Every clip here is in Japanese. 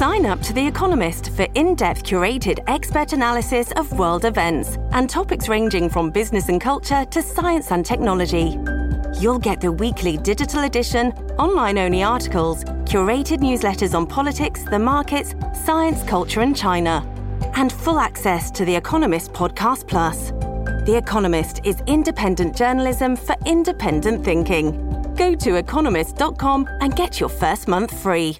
Sign up to The Economist for in-depth curated expert analysis of world events and topics ranging from business and culture to science and technology. You'll get the weekly digital edition, online-only articles, curated newsletters on politics, the markets, science, culture and China, and full access to The Economist Podcast Plus. The Economist is independent journalism for independent thinking. Go to economist.com and get your first month free.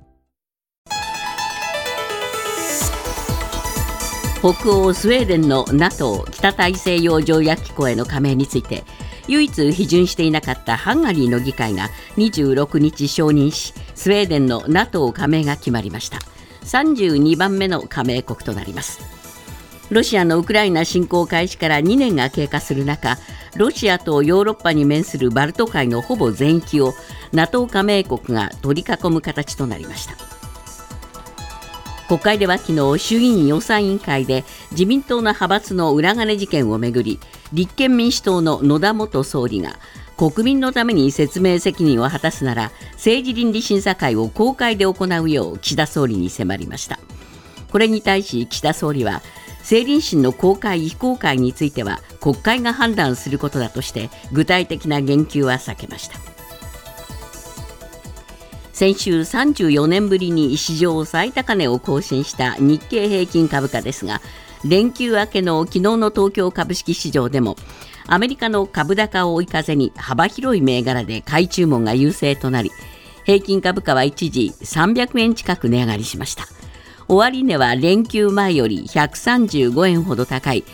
北欧スウェーデンの NATO 北大西洋条約機構への加盟について唯一批准していなかったハンガリーの議会が26日承認し、スウェーデンの NATO 加盟が決まりました。32番目の加盟国となります。ロシアのウクライナ侵攻開始から2年が経過する中、ロシアとヨーロッパに面するバルト海のほぼ全域を NATO 加盟国が取り囲む形となりました。国会では昨日、衆議院予算委員会で自民党の派閥の裏金事件をめぐり、立憲民主党の野田元総理が国民のために説明責任を果たすなら政治倫理審査会を公開で行うよう岸田総理に迫りました。これに対し岸田総理は、政倫審の公開非公開については国会が判断することだとして具体的な言及は避けました。先週34年ぶりに史上最高値を更新した日経平均株価ですが、連休明けの昨日の東京株式市場でもアメリカの株高を追い風に幅広い銘柄で買い注文が優勢となり、平均株価は一時300円近く値上がりしました。終値は連休前より135円ほど高い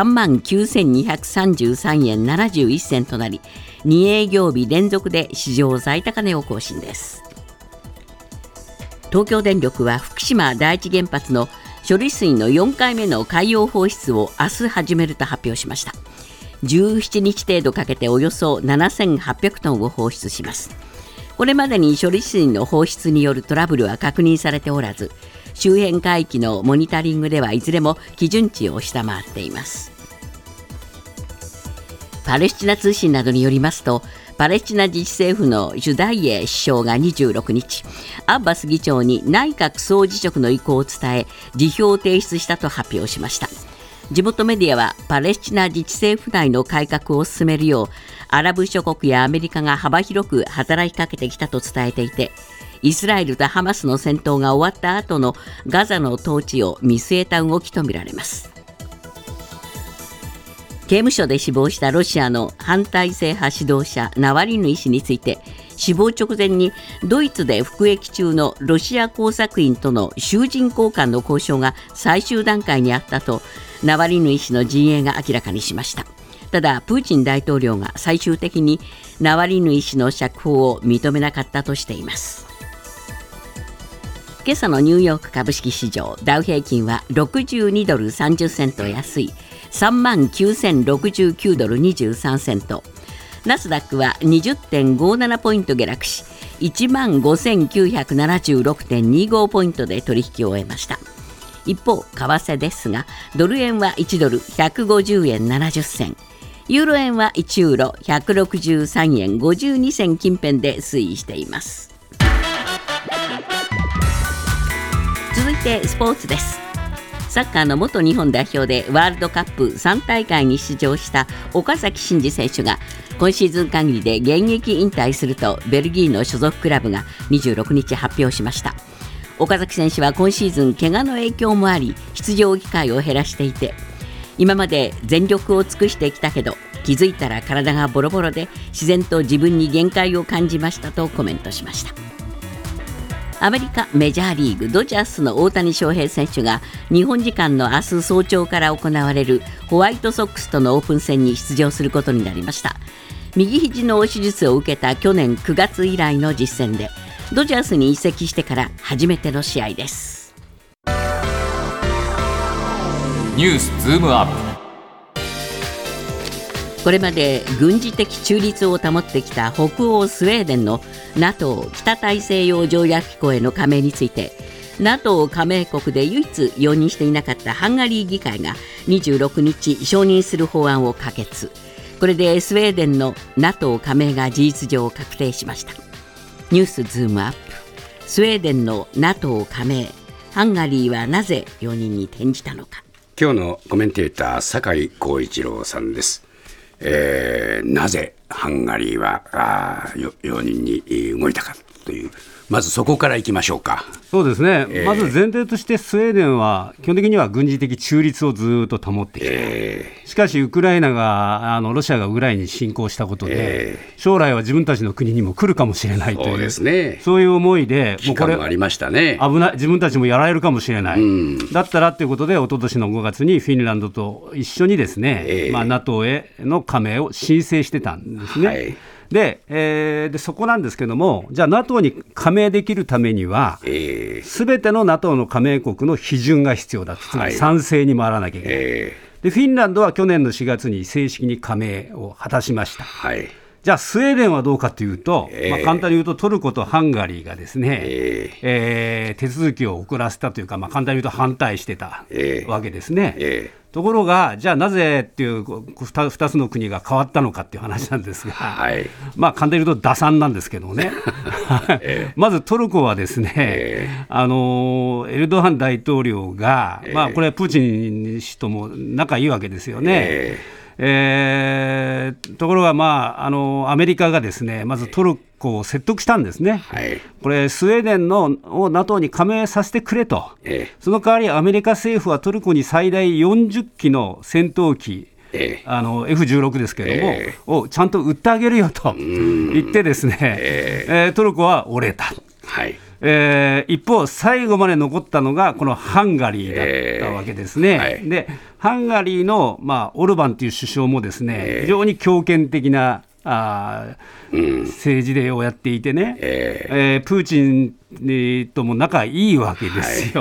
39,233 円71銭となり、2営業日連続で史上最高値を更新です。東京電力は福島第一原発の処理水の4回目の海洋放出を明日始めると発表しました。17日程度かけておよそ7800トンを放出します。これまでに処理水の放出によるトラブルは確認されておらず、周辺海域のモニタリングではいずれも基準値を下回っています。パレスチナ通信などによりますと、パレスチナ自治政府のジュダイエ首相が26日、アッバス議長に内閣総辞職の意向を伝え、辞表を提出したと発表しました。地元メディアは、パレスチナ自治政府内の改革を進めるよう、アラブ諸国やアメリカが幅広く働きかけてきたと伝えていて、イスラエルとハマスの戦闘が終わった後のガザの統治を見据えた動きとみられます。刑務所で死亡したロシアの反体制派指導者ナワリヌイ氏について、死亡直前にドイツで服役中のロシア工作員との囚人交換の交渉が最終段階にあったとナワリヌイ氏の陣営が明らかにしました。ただ、プーチン大統領が最終的にナワリヌイ氏の釈放を認めなかったとしています。今朝のニューヨーク株式市場、ダウ平均は62ドル30セント安い39,069ドル23セント、ナスダックは 20.57 ポイント下落し 15,976.25 ポイントで取引を終えました。一方、為替ですが、ドル円は1ドル150円70銭、ユーロ円は1ユーロ163円52銭近辺で推移しています。続いてスポーツです。サッカーの元日本代表でワールドカップ3大会に出場した岡崎慎司選手が今シーズン限りで現役引退するとベルギーの所属クラブが26日発表しました。岡崎選手は今シーズン怪我の影響もあり出場機会を減らしていて、今まで全力を尽くしてきたけど気づいたら体がボロボロで自然と自分に限界を感じましたとコメントしました。アメリカメジャーリーグドジャースの大谷翔平選手が日本時間の明日早朝から行われるホワイトソックスとのオープン戦に出場することになりました。右肘の手術を受けた去年9月以来の実戦でドジャースに移籍してから初めての試合です。 ニュースズームアップ。 これまで軍事的中立を保ってきた北欧スウェーデンの NATO 北大西洋条約機構への加盟について NATO 加盟国で唯一容認していなかったハンガリー議会が26日承認する法案を可決。これでスウェーデンの NATO 加盟が事実上確定しました。ニュースズームアップ。スウェーデンの NATO 加盟、 ハンガリーはなぜ容認に転じたのか。 今日のコメンテーター酒井光一郎さんです。なぜハンガリーは容認に動いたかという、まずそこからいきましょうか。 そうですね、まず前提としてスウェーデンは基本的には軍事的中立をずっと保ってきて、しかしウクライナがロシアがウクライナに侵攻したことで、将来は自分たちの国にも来るかもしれないという、 そうですね、そういう思いで危機感もありましたね。 危ない、自分たちもやられるかもしれない、だったらということで一昨年の5月にフィンランドと一緒にですね、NATO への加盟を申請してたんですね。でそこなんですけども、じゃあ NATO に加盟できるためには、すべての NATO の加盟国の批准が必要だと、つまり賛成に回らなきゃいけない、でフィンランドは去年の4月に正式に加盟を果たしました。じゃあスウェーデンはどうかというと、簡単に言うとトルコとハンガリーがですね、手続きを遅らせたというか、簡単に言うと反対してたわけですね。ところが、じゃあなぜっていう2つの国が変わったのかっていう話なんですが、簡単に言うと打算なんですけどねまずトルコはですね、エルドアン大統領が、これはプーチン氏とも仲いいわけですよね。ところが、アメリカがですね、まずトルコを説得したんですね。これスウェーデンを NATO に加盟させてくれと、その代わりアメリカ政府はトルコに最大40機の戦闘機、F16 ですけれども、をちゃんと売ってあげるよと言ってですね、トルコは折れた。一方最後まで残ったのがこのハンガリーだったわけですね。でハンガリーの、オルバンという首相もですね、非常に強権的な政治でをやっていてね、プーチンとも仲いいわけですよ。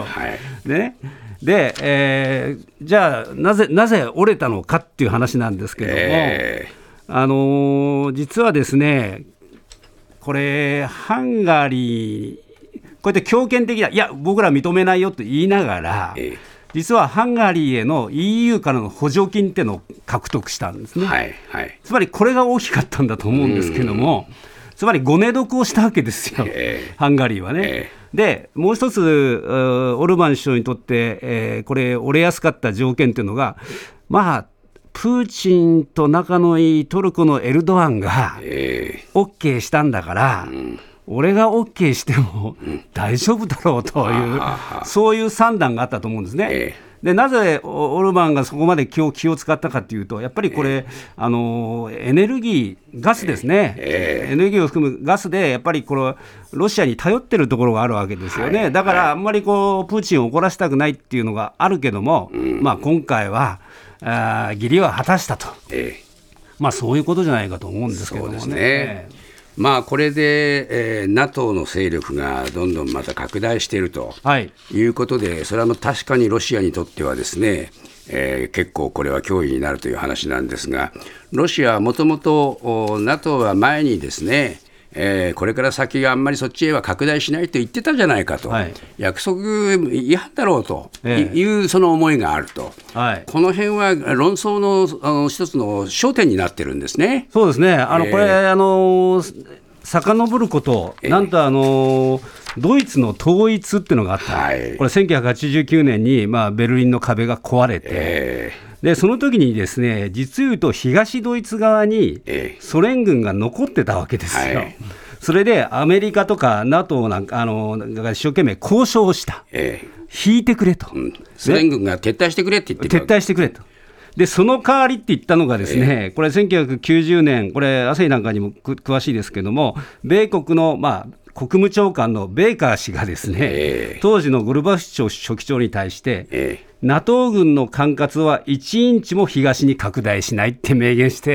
で、じゃあなぜ折れたのかっていう話なんですけども、実はですね、これハンガリーこうやって強権的な、いや僕ら認めないよと言いながら、実はハンガリーへの EU からの補助金っていうのを獲得したんですね。つまりこれが大きかったんだと思うんですけども、つまりごね得をしたわけですよ、ハンガリーはね。でもう一つオルバン首相にとって、これ折れやすかった条件というのが、プーチンと仲のいいトルコのエルドアンが OK したんだから、俺が OK しても大丈夫だろうという、そういう算段があったと思うんですね。でなぜオルバンがそこまで気を使ったかというと、やっぱりこれ、エネルギーガスですね、エネルギーを含むガスでやっぱりこれロシアに頼ってるところがあるわけですよね。だからあんまりプーチンを怒らせたくないっていうのがあるけども、今回は義理は果たしたと、そういうことじゃないかと思うんですけどもね。 これで、NATO の勢力がどんどんまた拡大しているということで、それは確かにロシアにとってはですね、結構これは脅威になるという話なんですが、ロシアはもともと NATO は前にですね、これから先があんまりそっちへは拡大しないと言ってたじゃないかと、約束違反だろうというその思いがあると、この辺は論争の一つの焦点になってるんですね。 そうですね、これ遡ること、なんとドイツの統一っていうのがあった、これ1989年に、ベルリンの壁が壊れて、でその時にですね、実言うと東ドイツ側にソ連軍が残ってたわけですよ。それでアメリカとか NATO なんか一生懸命交渉をした、引いてくれと、 ソ連軍が撤退してくれって言って撤退してくれと。でその代わりって言ったのがですね、これ1990年、これアセイなんかにも詳しいですけども、米国の国務長官のベーカー氏がですね、当時のゴルバチョフ書記長に対して、NATO 軍の管轄は1インチも東に拡大しないって明言して、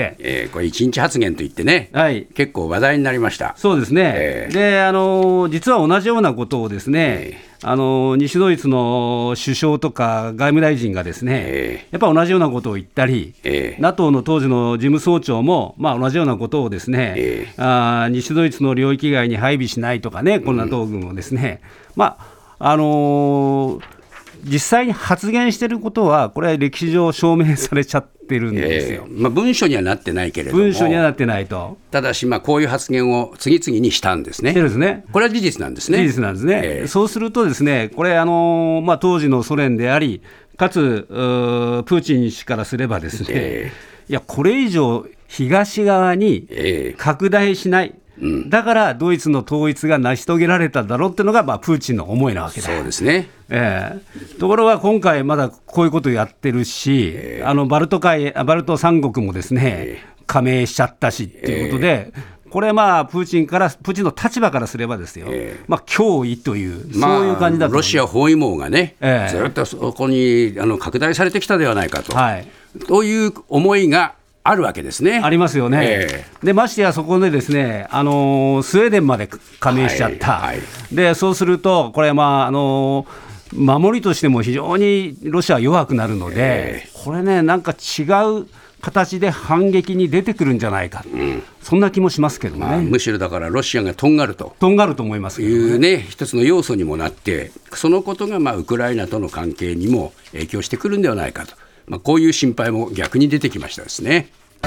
これ1インチ発言といってね、結構話題になりました。 そうですね、で実は同じようなことをですね、西ドイツの首相とか外務大臣がですね、やっぱり同じようなことを言ったり、NATO の当時の事務総長も、同じようなことをですね、西ドイツの領域外に配備しないとかね、この NATO 軍をですね、 実際に発言していることはこれは歴史上証明されちゃってるんですよ。 文書にはなってないけれども、 文書にはなってないと。 ただし、こういう発言を次々にしたんですね。 そうですね。 これは事実なんですね。 事実なんですね。そうするとですね、これ当時のソ連であり、かつプーチン氏からすればですね、いやこれ以上東側に拡大しない、だからドイツの統一が成し遂げられただろうっていうのが、プーチンの思いなわけだ。 そうですね。 ところが今回まだこういうことをやってるし、バルト三国もですね、加盟しちゃったしっていうことで、これプーチンの立場からすればですよ、脅威という、そういう感じだと。 ロシア包囲網がね、ずっとそこに拡大されてきたではないかと、という思いがあるわけですね。ありますよね。でましてやそこでですね、スウェーデンまで加盟しちゃった。でそうするとこれ守りとしても非常にロシアは弱くなるので、これね、なんか違う形で反撃に出てくるんじゃないか、そんな気もしますけどね。 むしろだからロシアがとんがると思いますけどね。 いうね、一つの要素にもなって、そのことがウクライナとの関係にも影響してくるんではないかと、こういう心配も逆に出てきましたですね。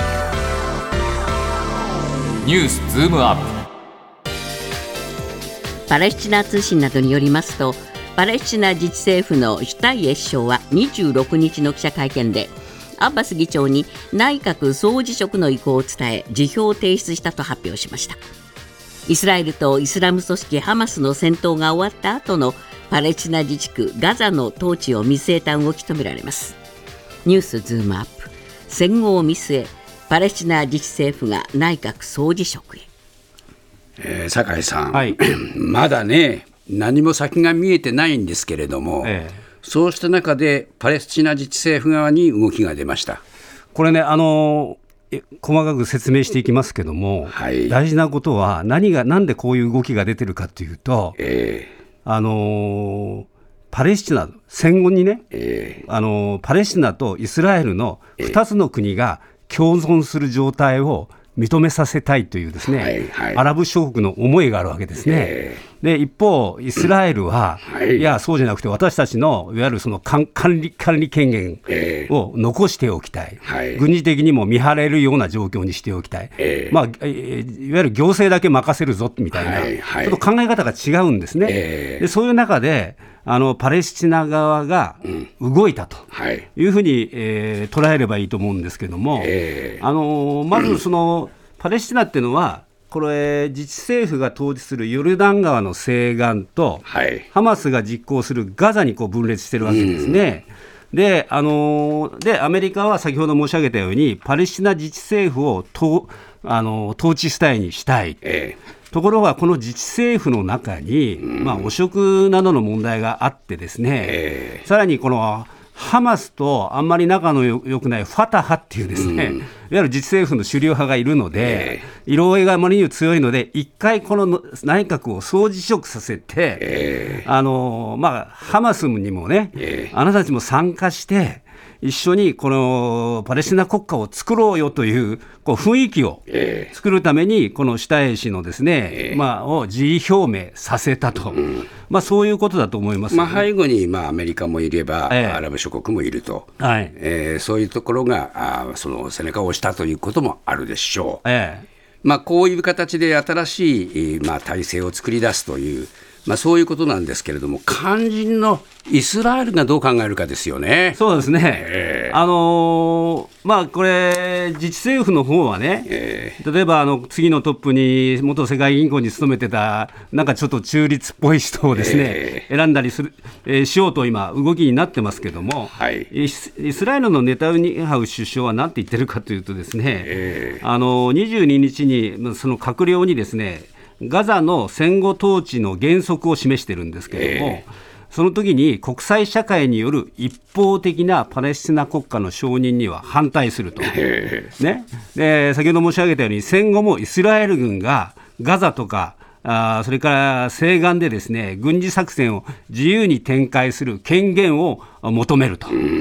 ニュースズームアップ。 パレスチナ通信などによりますと、パレスチナ自治政府のシュタイエ首相は26日の記者会見で、アッバス議長に内閣総辞職の意向を伝え辞表を提出したと発表しました。イスラエルとイスラム組織ハマスの戦闘が終わった後のパレスチナ自治区ガザの統治を見据えた動きとみられます。ニュースズームアップ。戦後を見据えパレスチナ自治政府が内閣総辞職へ。 酒井さん、まだね何も先が見えてないんですけれども、そうした中でパレスチナ自治政府側に動きが出ました。 これね、細かく説明していきますけども、大事なことはなんでこういう動きが出てるかというと、パレスチナ戦後にね、パレスチナとイスラエルの2つの国が共存する状態を認めさせたいというですね、アラブ諸国の思いがあるわけですね。で一方イスラエルは、いやそうじゃなくて私たちのいわゆるその管理権限を残しておきたい、軍事的にも見張れるような状況にしておきたい、いわゆる行政だけ任せるぞみたいな、ちょっと考え方が違うんですね。でそういう中でパレスチナ側が動いたというふうに、捉えればいいと思うんですけども、まずそのパレスチナっていうのはこれ自治政府が統治するヨルダン川の西岸と、ハマスが実行するガザに分裂してるわけですね。でアメリカは先ほど申し上げたようにパレスチナ自治政府を統治主体にしたい、ところがこの自治政府の中に、汚職などの問題があってですね、さらにこのハマスとあんまり仲の良くないファタハっていうですね、いわゆる自治政府の主流派がいるので、色合いがあまりに強いので一回この内閣を総辞職させて、ハマスにもね、あなたたちも参加して一緒にこのパレスチナ国家を作ろうよという雰囲気を作るためにこのシュタイエ氏のですね、を辞意表明させたと、そういうことだと思います、ね。 背後にアメリカもいれば、アラブ諸国もいると、そういうところがその背中を押したということもあるでしょう。こういう形で新しい、体制を作り出すという、そういうことなんですけれども、肝心のイスラエルがどう考えるかですよね。 そうですね、これ自治政府の方はね、例えば次のトップに元世界銀行に勤めてたなんかちょっと中立っぽい人をですね、選んだりしようと今動きになってますけども、イスラエルのネタニヤフ首相は何て言ってるかというとですね、22日にその閣僚にですねガザの戦後統治の原則を示してるんですけれども、その時に国際社会による一方的なパレスチナ国家の承認には反対すると、で先ほど申し上げたように戦後もイスラエル軍がガザとかそれから西岸でですね軍事作戦を自由に展開する権限を求めると。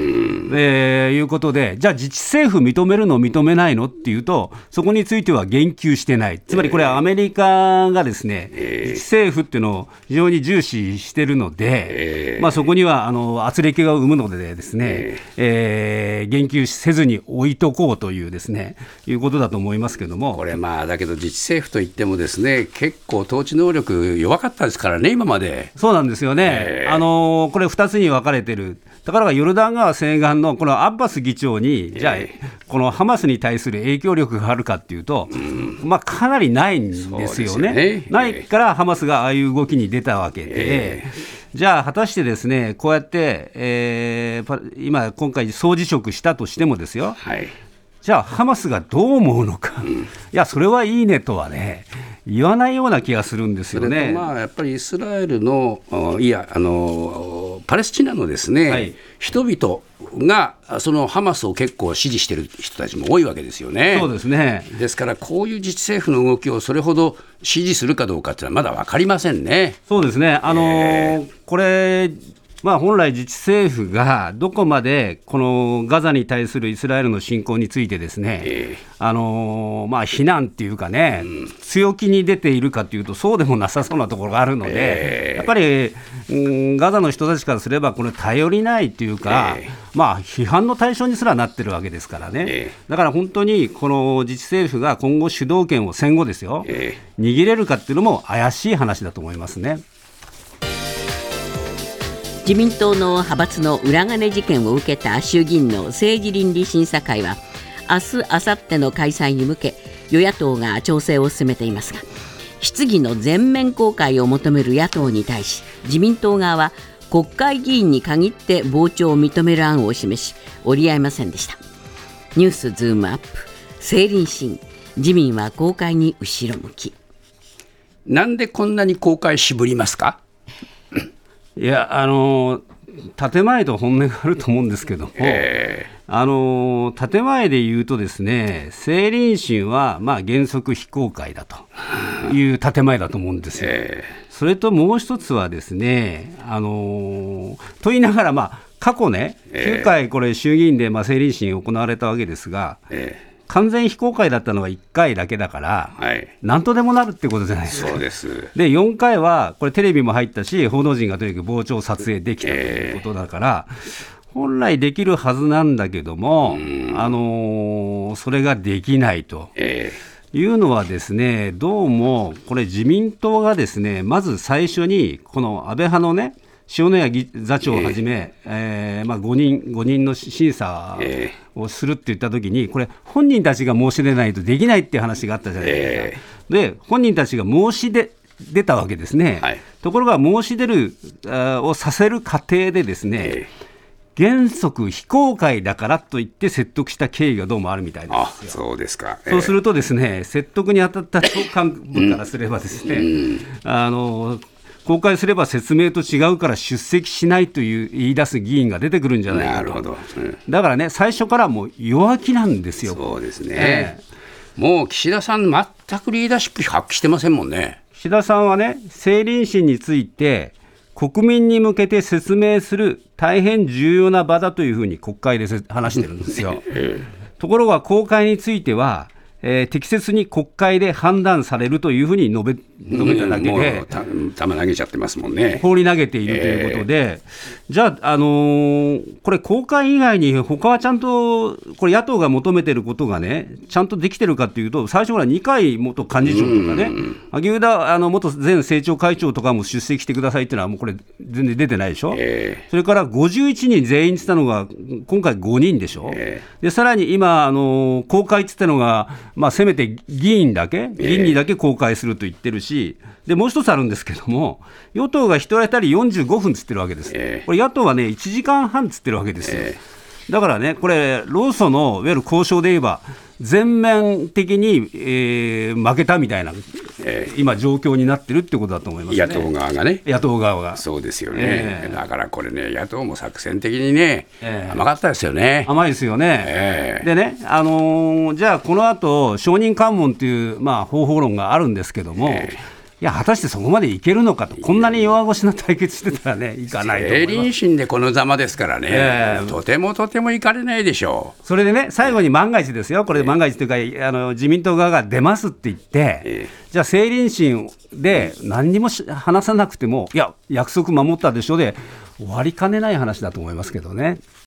いうことで、じゃあ自治政府認めるの認めないのっていうと、そこについては言及してない。つまりこれはアメリカがですね、自治政府っていうのを非常に重視してるので、そこには圧力が生むのでですね、言及せずに置いとこうというですね、いうことだと思いますけども。 これだけど自治政府といってもですね、結構統治能力弱かったですからね、今まで。 そうなんですよね。これ2つに分かれてる。だからヨルダン川西岸のこのアッバス議長に、じゃあこのハマスに対する影響力があるかっていうと、かなりないんですよね。ないからハマスがああいう動きに出たわけで、じゃあ果たしてですね、こうやって、今回総辞職したとしてもですよ、じゃあハマスがどう思うのか、いやそれはいいねとはね言わないような気がするんですよね。 やっぱりイスラエルのパレスチナのですね、人々がそのハマスを結構支持している人たちも多いわけですよね。 そうですね。 ですからこういう自治政府の動きをそれほど支持するかどうかっていうのはまだ分かりませんね。 そうですね。これ本来自治政府がどこまでこのガザに対するイスラエルの侵攻についてですね、非難っていうかね、強気に出ているかというとそうでもなさそうなところがあるので、やっぱり、ガザの人たちからすればこれ頼りないというか、批判の対象にすらなってるわけですからね。だから本当にこの自治政府が今後主導権を戦後ですよ、握れるかっていうのも怪しい話だと思いますね。 自民党の派閥の裏金事件を受けた衆議院の政治倫理審査会は明日・明後日の開催に向け与野党が調整を進めていますが、質疑の全面公開を求める野党に対し自民党側は国会議員に限って傍聴を認める案を示し折り合いませんでした。ニュースズームアップ、政倫審、自民は公開に後ろ向き。 なんでこんなに公開渋りますか？ いや建前と本音があると思うんですけども、建前で言うとですね、政倫審は原則非公開だという建前だと思うんですよ。それともう一つはですね、と言いながら過去ね9回これ衆議院で政倫審行われたわけですが、完全非公開だったのは1回だけだから、何とでもなるってことじゃないですか。 そうです。 で4回はこれテレビも入ったし報道陣がとにかく傍聴撮影できたということだから、本来できるはずなんだけども、それができないというのはですね、どうもこれ自民党がですね、まず最初にこの安倍派のね塩谷座長をはじめ、5人の審査をするって言ったときに、これ本人たちが申し出ないとできないっていう話があったじゃないですか。で本人たちが申し出たわけですね。ところが申し出るをさせる過程でですね、原則非公開だからと言って説得した経緯がどうもあるみたいなんですよ。 そうですか。 そうするとですね、説得に当たった党幹部からすればですね、公開すれば説明と違うから出席しないという言い出す議員が出てくるんじゃないかと。 なるほど。 だからね、最初からもう弱気なんですよ。 そうですね。もう岸田さん全くリーダーシップ発揮してませんもんね。 岸田さんはね、政倫審について国民に向けて説明する大変重要な場だというふうに国会で話してるんですよ。ところが公開については適切に国会で判断されるというふうに述べただけで、 球投げちゃってますもんね。 放り投げているということで、じゃあ、これ公開以外に他はちゃんとこれ野党が求めていることがねちゃんとできてるかというと、最初から二階元幹事長とかね、萩生田元前政調会長とかも出席してくださいっていうのはもうこれ全然出てないでしょ。それから51人全員って言ったのが今回5人でしょ。でさらに今公開って言ったのがせめて議員にだけ公開すると言ってるし、でもう一つあるんですけども、与党が1人当たり45分つってるわけです。これ野党はね1時間半つってるわけですよ。だからね、これ労組のいわゆる交渉で言えば全面的に、負けたみたいな、今状況になってるってことだと思いますね。 野党側がね。 野党側がそうですよね。だからこれね、野党も作戦的にね、甘かったですよね。 甘いですよね。でね、じゃあこの後証人喚問という、方法論があるんですけども、 いや果たしてそこまでいけるのかと、こんなに弱腰な対決してたらね、いかないと思います。 競輪心でこのざまですからね、とてもいかれないでしょう。 それでね、最後に万が一ですよ、これ万が一というか、自民党側が出ますって言って、じゃあ競輪心で何にも話さなくても、いや約束守ったでしょで終わりかねない話だと思いますけどね。